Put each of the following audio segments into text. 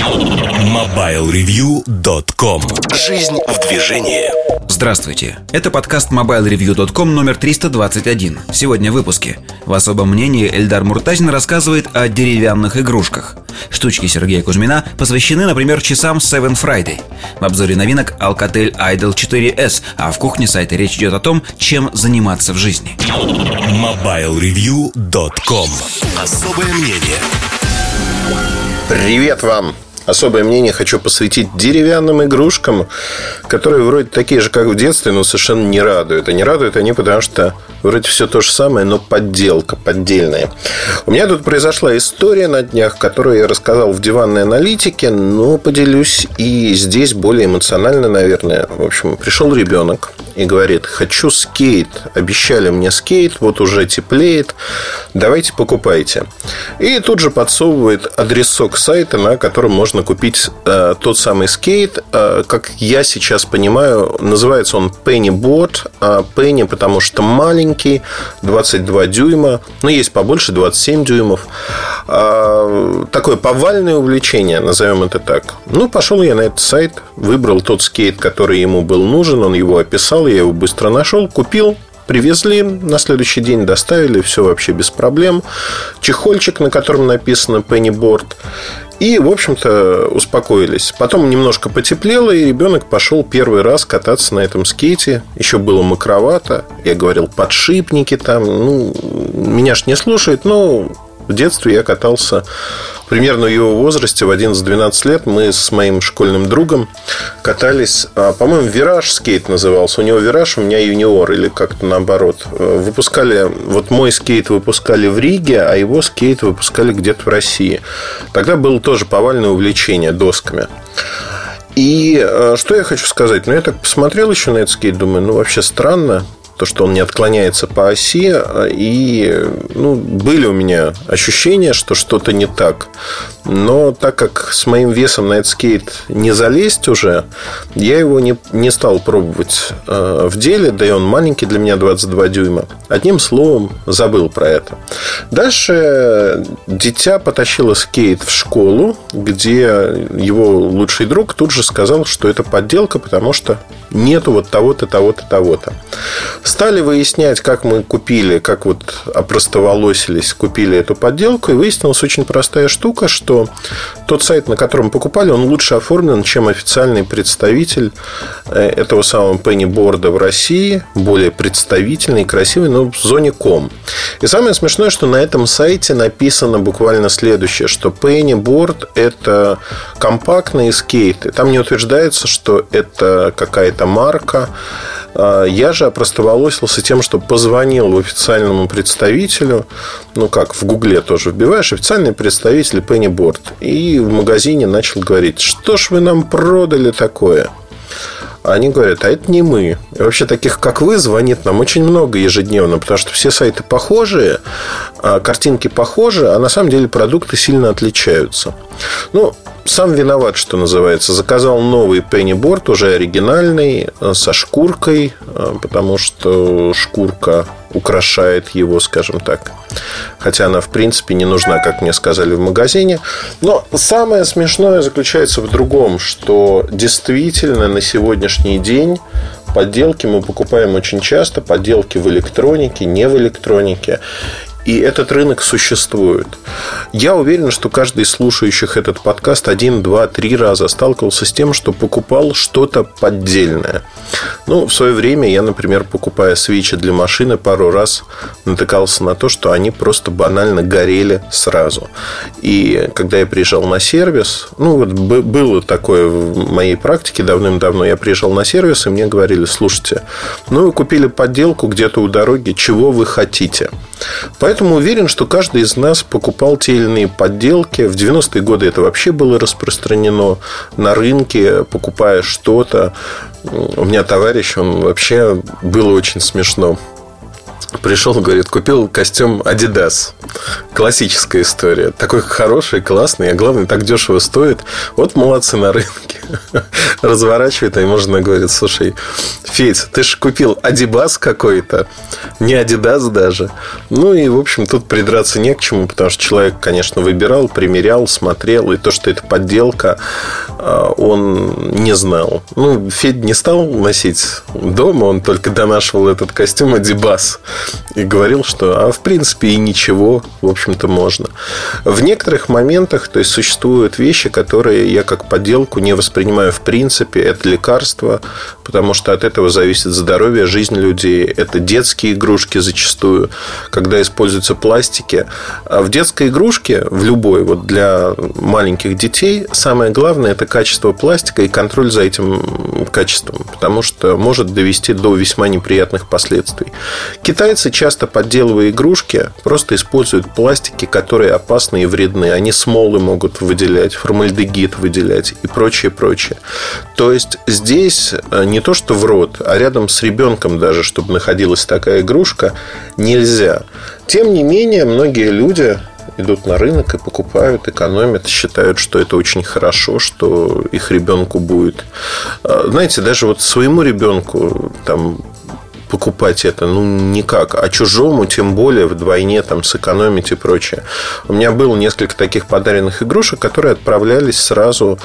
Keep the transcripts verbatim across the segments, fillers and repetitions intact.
мобайл ревью точка ком. Жизнь в движении. Здравствуйте, это подкаст мобайл ревью точка ком номер триста двадцать один. Сегодня в выпуске. В особом мнении Эльдар Муртазин рассказывает о деревянных игрушках. Штучки Сергея Кузьмина посвящены, например, часам Seven Friday. В обзоре новинок Alcatel Idol четыре эс, а в кухне сайта речь идет о том, чем заниматься в жизни. мобайл ревью точка ком. Особое мнение. Привет вам! Особое мнение хочу посвятить деревянным игрушкам, которые вроде такие же, как в детстве, но совершенно не радуют. А не радуют они, потому что вроде все то же самое, но подделка, поддельная. У меня тут произошла история на днях, которую я рассказал в диванной аналитике, но поделюсь и здесь более эмоционально, наверное. В общем, пришел ребенок и говорит: хочу скейт. Обещали мне скейт, вот уже теплеет, давайте покупайте. И тут же подсовывает адресок сайта, на котором можно купить э, тот самый скейт. э, Как я сейчас понимаю, называется он Penny Board. а Penny, потому что маленький, двадцать два дюйма. Ну, есть побольше, двадцать семь дюймов. а, Такое повальное увлечение, назовем это так. Ну, пошел я на этот сайт, выбрал тот скейт, который ему был нужен. Он его описал, я его быстро нашел, купил. Привезли, на следующий день доставили, все вообще без проблем. Чехольчик, на котором написано Penny Board. И, в общем-то, успокоились. Потом немножко потеплело, и ребенок пошел первый раз кататься на этом скейте. Еще было мокровато. Я говорил, подшипники там. Ну, меня ж не слушают, но в детстве я катался примерно в его возрасте, в одиннадцать-двенадцать лет. Мы с моим школьным другом катались, по-моему, Вираж скейт назывался. У него Вираж, у меня Юниор, или как-то наоборот. Выпускали, вот мой скейт выпускали в Риге, а его скейт выпускали где-то в России. Тогда было тоже повальное увлечение досками. И что я хочу сказать? Ну, я так посмотрел еще на этот скейт, думаю, ну, вообще странно. То, что он не отклоняется по оси. И ну, были у меня ощущения, что что-то не так. Но так как с моим весом на этот скейт не залезть уже, я его не, не стал пробовать э, в деле. Да и он маленький для меня, двадцать два дюйма. Одним словом, забыл про это. Дальше дитя потащило скейт в школу, где его лучший друг тут же сказал, что это подделка, потому что нету вот того-то, того-то, того-то. Стали выяснять, как мы купили, как вот опростоволосились, купили эту подделку. И выяснилась очень простая штука, что тот сайт, на котором покупали, он лучше оформлен, чем официальный представитель этого самого Penny Board в России. Более представительный, красивый, но в зоне ком. И самое смешное, что на этом сайте написано буквально следующее, что Penny Board – это компактные скейты. Там не утверждается, что это какая-то марка. Я же опростоволосился тем, что позвонил официальному представителю. Ну как, в Гугле тоже вбиваешь официальный представитель Penny Board. И в магазине начал говорить: что ж вы нам продали такое? Они говорят: а это не мы. И вообще таких, как вы, звонит нам очень много ежедневно. Потому что все сайты похожие, картинки похожи, а на самом деле продукты сильно отличаются. Ну, сам виноват, что называется. Заказал новый Penny Board, уже оригинальный, со шкуркой, потому что шкурка украшает его, скажем так. Хотя она, в принципе, не нужна, как мне сказали в магазине. Но самое смешное заключается в другом, что действительно на сегодняшний день подделки мы покупаем очень часто. Подделки в электронике, не в электронике. И этот рынок существует. Я уверен, что каждый из слушающих этот подкаст один, два, три раза сталкивался с тем, что покупал что-то поддельное. Ну, в свое время я, например, покупая свечи для машины, пару раз натыкался на то, что они просто банально горели сразу. И когда я приезжал на сервис, ну, вот было такое в моей практике давным-давно, я приезжал на сервис, и мне говорили: слушайте, ну, вы купили подделку где-то у дороги, чего вы хотите? Поэтому уверен, что каждый из нас покупал те или иные подделки. В девяностые годы это вообще было распространено на рынке, покупая что-то. У меня товарищ, он вообще, было очень смешно. Пришел, говорит, купил костюм Adidas. Классическая история. Такой хороший, классный, а главное, так дешево стоит. Вот молодцы на рынке. Разворачивает, а ему жена говорит: слушай, Федь, ты же купил Адибас какой-то. не Adidas даже. Ну и, в общем, тут придраться не к чему, потому что человек, конечно, выбирал, примерял, смотрел. И то, что это подделка, он не знал. Ну, Федь не стал носить дома, он только донашивал этот костюм Adidas и говорил, что, а в принципе и ничего, в общем-то, можно. В некоторых моментах, то есть, существуют вещи, которые я как подделку не воспринимаю в принципе. Это лекарства, потому что от этого зависит здоровье, жизнь людей. Это детские игрушки зачастую, когда используются пластики. А в детской игрушке, в любой, вот для маленьких детей, самое главное – это качество пластика и контроль за этим качеством, потому что может довести до весьма неприятных последствий. Китайцы, часто подделывая игрушки, просто используют пластики, которые опасны и вредны. Они смолы могут выделять, формальдегид выделять и прочее, прочее. То есть здесь не то, что в рот, а рядом с ребенком даже, чтобы находилась такая игрушка, нельзя. Тем не менее, многие люди идут на рынок и покупают, экономят, считают, что это очень хорошо, что их ребенку будет. Знаете, даже вот своему ребенку там покупать это, ну, никак. А чужому, тем более, вдвойне там сэкономить и прочее. У меня было несколько таких подаренных игрушек, которые отправлялись сразу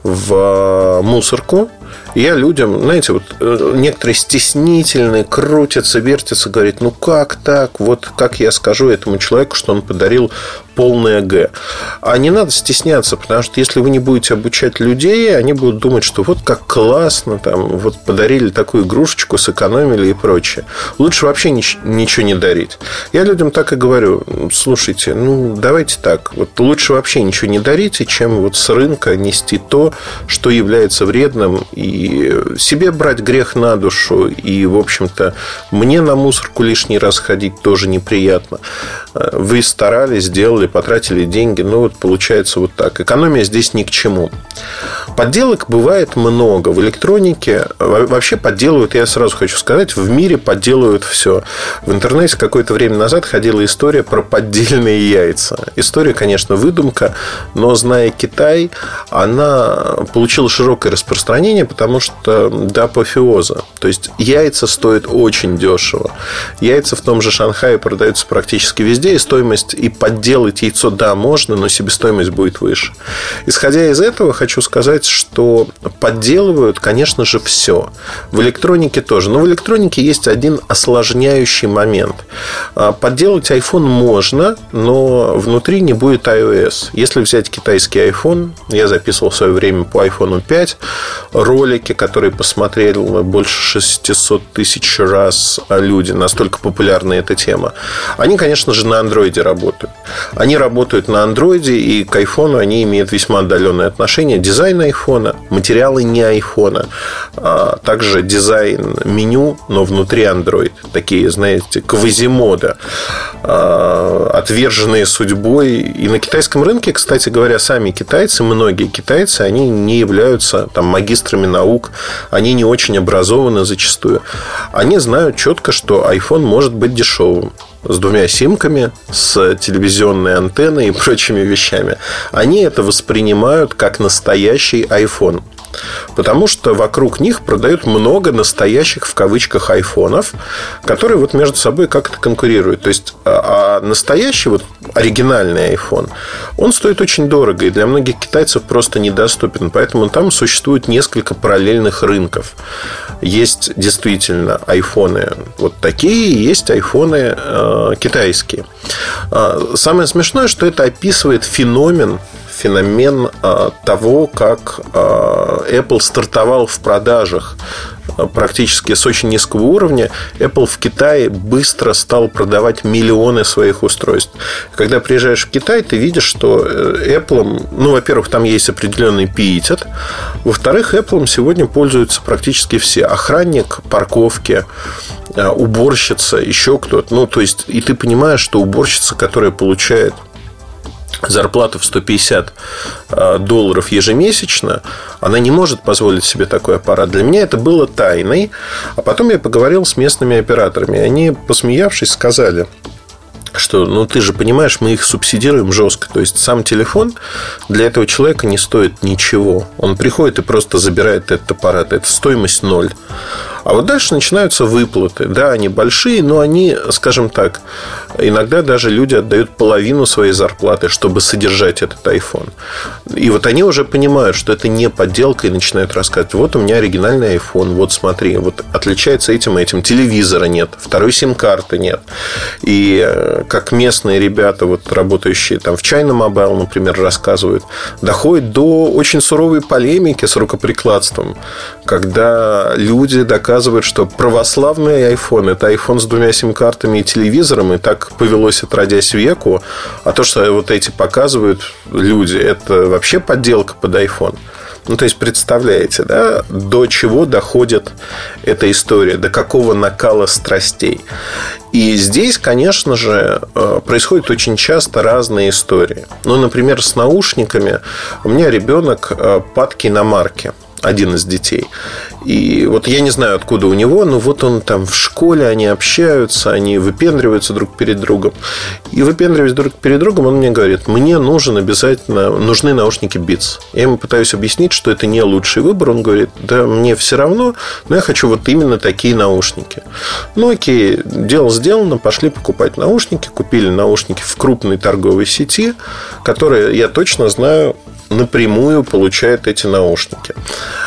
в мусорку. И я людям, знаете, вот некоторые стеснительные, крутятся, вертятся, говорят, ну как так? Вот как я скажу этому человеку, что он подарил полное Г. А не надо стесняться, потому что если вы не будете обучать людей, они будут думать, что вот как классно, там, вот подарили такую игрушечку, сэкономили и прочее. Лучше вообще ничего не дарить. Я людям так и говорю, слушайте, ну давайте так, вот лучше вообще ничего не дарите, чем вот с рынка нести то, что является вредным, и себе брать грех на душу, и, в общем-то, мне на мусорку лишний раз ходить тоже неприятно. Вы старались, сделали, потратили деньги, ну вот получается вот так. Экономия здесь ни к чему. Подделок бывает много. В электронике вообще подделывают, я сразу хочу сказать, в мире подделывают все. В интернете какое-то время назад ходила история про поддельные яйца. История, конечно, выдумка, но, зная Китай, она получила широкое распространение, потому что до апофеоза. То есть яйца стоят очень дешево. Яйца в том же Шанхае продаются практически везде, и стоимость и подделать яйцо, да, можно, но себестоимость будет выше. Исходя из этого, хочу сказать, что подделывают, конечно же, все. В электронике тоже. Но в электронике есть один осложняющий момент. Подделать iPhone можно, но внутри не будет iOS. Если взять китайский iPhone, я записывал в свое время по айфон пять ролики, которые посмотрели больше шестьсот тысяч раз люди. Настолько популярна эта тема. Они, конечно же, на андроиде работают. Они работают на андроиде, и к айфону они имеют весьма отдаленное отношение. Дизайн айфона, материалы не айфона, а также дизайн меню, но внутри Android. Такие, знаете, квазимода, отверженные судьбой. И на китайском рынке, кстати говоря, сами китайцы, многие китайцы, они не являются там магистрами наук, они не очень образованы зачастую. Они знают четко, что iPhone может быть дешевым, с двумя симками, с телевизионной антенной и прочими вещами. Они это воспринимают как настоящий iPhone. Потому что вокруг них продают много настоящих, в кавычках, айфонов, которые вот между собой как-то конкурируют. То есть, а настоящий, вот оригинальный iPhone, он стоит очень дорого и для многих китайцев просто недоступен. Поэтому там существует несколько параллельных рынков. Есть действительно айфоны вот такие, есть айфоны э, китайские. Самое смешное, что это описывает феномен феномен а, того, как а, Apple стартовал в продажах а, практически с очень низкого уровня. Apple в Китае быстро стал продавать миллионы своих устройств. Когда приезжаешь в Китай, ты видишь, что Apple, ну, во-первых, там есть определенный пиетет. Во-вторых, Apple сегодня пользуются практически все. Охранник парковки, уборщица, еще кто-то. Ну, то есть, и ты понимаешь, что уборщица, которая получает зарплату в сто пятьдесят долларов ежемесячно, она не может позволить себе такой аппарат. Для меня это было тайной. А потом я поговорил с местными операторами. Они, посмеявшись, сказали, что, ну, ты же понимаешь, мы их субсидируем жестко. То есть, сам телефон для этого человека не стоит ничего. Он приходит и просто забирает этот аппарат. Это стоимость ноль. А вот дальше начинаются выплаты. Да, они большие, но они, скажем так, иногда даже люди отдают половину своей зарплаты, чтобы содержать этот iPhone. И вот они уже понимают, что это не подделка, и начинают рассказывать: вот у меня оригинальный iPhone, вот смотри, вот отличается этим и этим. Телевизора нет, второй сим-карты нет. И как местные ребята, вот, работающие там в China Mobile, например, рассказывают, доходит до очень суровой полемики с рукоприкладством, когда люди доказывают, что православный iPhone — это iPhone с двумя сим-картами и телевизором, и так повелось отродясь веку. А то, что вот эти показывают люди, это вообще подделка под iPhone. Ну, то есть, представляете, да, до чего доходит эта история, до какого накала страстей. И здесь, конечно же, происходят очень часто разные истории. Ну, например, с наушниками. У меня ребенок падкий на марки, один из детей. И вот я не знаю, откуда у него, но вот он там в школе, они общаются, они выпендриваются друг перед другом. И выпендриваясь друг перед другом, он мне говорит: мне нужен обязательно, нужны наушники Beats. Я ему пытаюсь объяснить, что это не лучший выбор. Он говорит: да мне все равно, но я хочу вот именно такие наушники. Ну окей, дело сделано, пошли покупать наушники. Купили наушники в крупной торговой сети, которая, я точно знаю, напрямую получает эти наушники.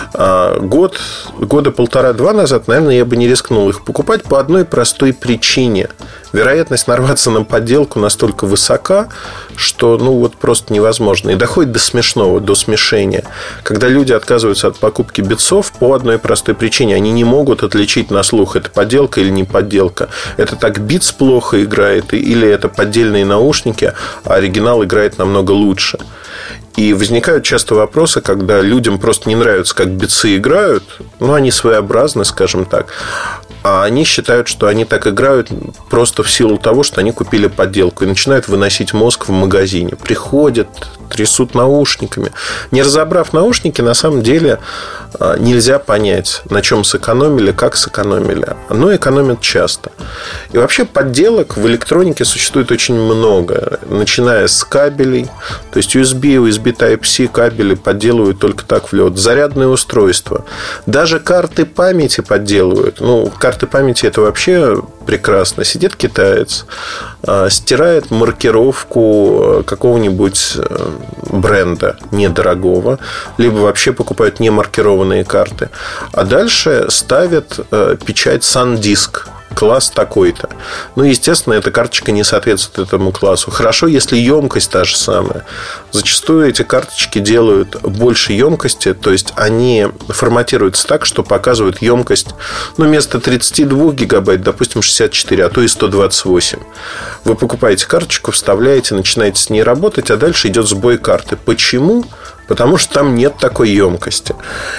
Год, года полтора-два назад, наверное, я бы не рискнул их покупать по одной простой причине. Вероятность нарваться на подделку настолько высока, что ну вот просто невозможно. И доходит до смешного, до смешения. Когда люди отказываются от покупки битсов по одной простой причине: они не могут отличить на слух, это подделка или не подделка. Это так битс плохо играет, или это поддельные наушники, а оригинал играет намного лучше. И возникают часто вопросы, когда людям просто не нравится, как битсы играют. Ну, они своеобразны, скажем так. А они считают, что они так играют просто в силу того, что они купили подделку. И начинают выносить мозг в магазине. Приходят, трясут наушниками. Не разобрав наушники, на самом деле нельзя понять, на чем сэкономили, как сэкономили. Но экономят часто. И вообще подделок в электронике существует очень много. Начиная с кабелей. То есть ю эс би, ю эс би Type-C кабели подделывают только так в лед. Зарядные устройства. Даже карты памяти подделывают. Ну, карты памяти — это вообще прекрасно. Сидит китаец, стирает маркировку какого-нибудь бренда недорогого, либо вообще покупают немаркированные карты, а дальше ставят печать SanDisk, класс такой-то. Ну, естественно, эта карточка не соответствует этому классу. Хорошо, если емкость та же самая. Зачастую эти карточки делают больше емкости, то есть они форматируются так, что показывают емкость, ну, вместо тридцати двух гигабайт, допустим, шестьдесят четыре, а то и сто двадцать восемь. Вы покупаете карточку, вставляете, начинаете с ней работать, а дальше идет сбой карты. Почему? Потому что там нет такой емкости.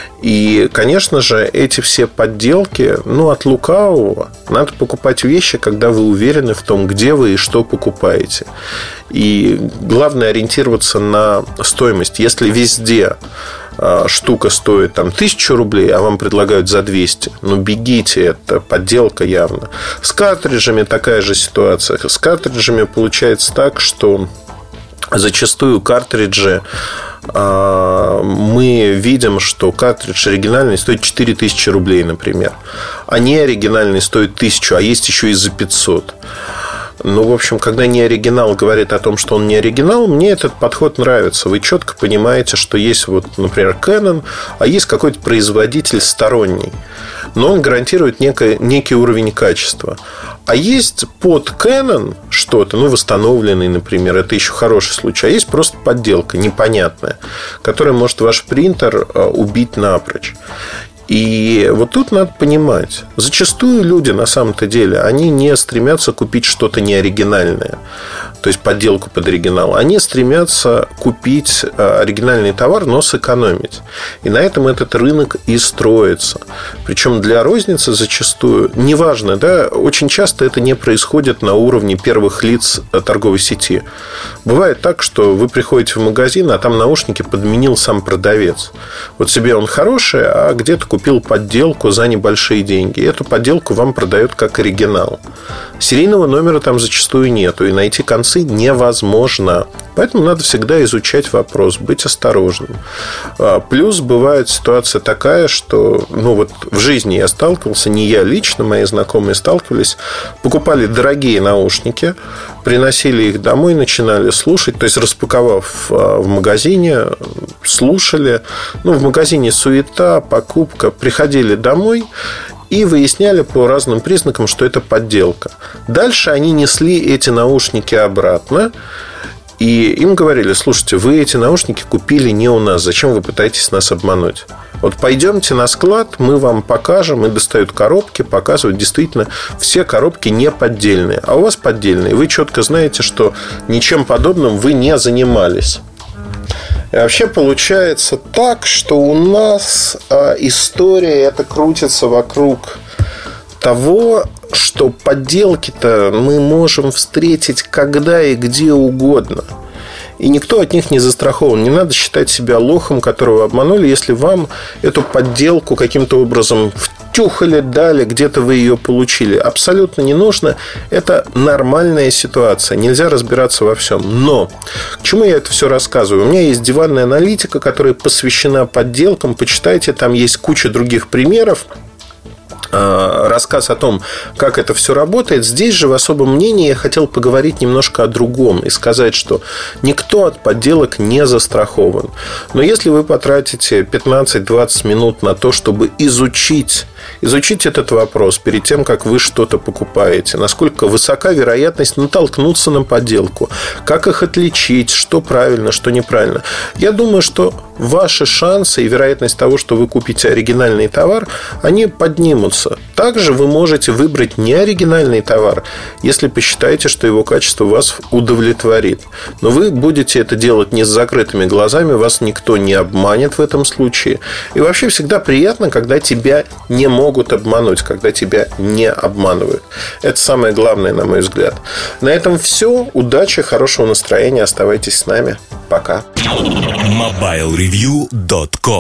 И, конечно же, эти все подделки, ну, от лукавого. Надо покупать вещи, когда вы уверены в том, где вы и что покупаете. И главное ориентироваться на стоимость. Если везде штука стоит там тысячу рублей, а вам предлагают за двести, ну, бегите, это подделка явно. С картриджами такая же ситуация. С картриджами получается так, что зачастую картриджи, мы видим, что картридж оригинальный стоит четыре тысячи рублей, например. А не оригинальный стоит тысячу, а есть еще и за пятьсот. Ну, в общем, когда не оригинал говорит о том, что он не оригинал, мне этот подход нравится. Вы четко понимаете, что есть, вот, например, Canon, а есть какой-то производитель сторонний, но он гарантирует некий, некий уровень качества. А есть под Canon что-то, ну, восстановленный, например, это еще хороший случай. А есть просто подделка непонятная, которая может ваш принтер убить напрочь. И вот тут надо понимать, зачастую люди на самом-то деле, они не стремятся купить что-то неоригинальное, то есть подделку под оригинал. Они стремятся купить оригинальный товар, но сэкономить. И на этом этот рынок и строится. Причем для розницы зачастую, неважно, да, очень часто это не происходит на уровне первых лиц торговой сети. Бывает так, что вы приходите в магазин, а там наушники подменил сам продавец. Вот себе он хороший, а где-то купил подделку за небольшие деньги. И эту подделку вам продают как оригинал. Серийного номера там зачастую нету, и найти концепт концы невозможно. Поэтому надо всегда изучать вопрос, быть осторожным. Плюс бывает ситуация такая, что ну вот в жизни я сталкивался, не я лично, мои знакомые сталкивались, покупали дорогие наушники, приносили их домой, начинали слушать, то есть распаковав в магазине, слушали. Ну, в магазине суета, покупка, приходили домой и выясняли по разным признакам, что это подделка. Дальше они несли эти наушники обратно. И им говорили: слушайте, вы эти наушники купили не у нас, зачем вы пытаетесь нас обмануть? Вот пойдемте на склад, мы вам покажем. И достают коробки, показывают, действительно, все коробки не поддельные. А у вас поддельные. Вы четко знаете, что ничем подобным вы не занимались. И вообще получается так, что у нас а, история эта крутится вокруг того, что подделки-то мы можем встретить когда и где угодно. И никто от них не застрахован. Не надо считать себя лохом, которого обманули, если вам эту подделку каким-то образом втюхали, дали, где-то вы ее получили. Абсолютно не нужно. Это нормальная ситуация. Нельзя разбираться во всем. Но к чему я это все рассказываю? У меня есть диванная аналитика, которая посвящена подделкам. Почитайте, там есть куча других примеров. Рассказ о том, как это все работает. Здесь же в особом мнении я хотел поговорить немножко о другом и сказать, что никто от подделок не застрахован. Но если вы потратите пятнадцать-двадцать минут на то, чтобы изучить Изучить этот вопрос перед тем, как вы что-то покупаете, насколько высока вероятность натолкнуться на подделку, как их отличить, что правильно, что неправильно. Я думаю, что ваши шансы и вероятность того, что вы купите оригинальный товар, они поднимутся. Также вы можете выбрать неоригинальный товар, если посчитаете, что его качество вас удовлетворит. Но вы будете это делать не с закрытыми глазами, вас никто не обманет в этом случае. И вообще всегда приятно, когда тебя не могут обмануть, когда тебя не обманывают. Это самое главное, на мой взгляд. На этом все. Удачи, хорошего настроения. Оставайтесь с нами. Пока. мобайл ревью точка ком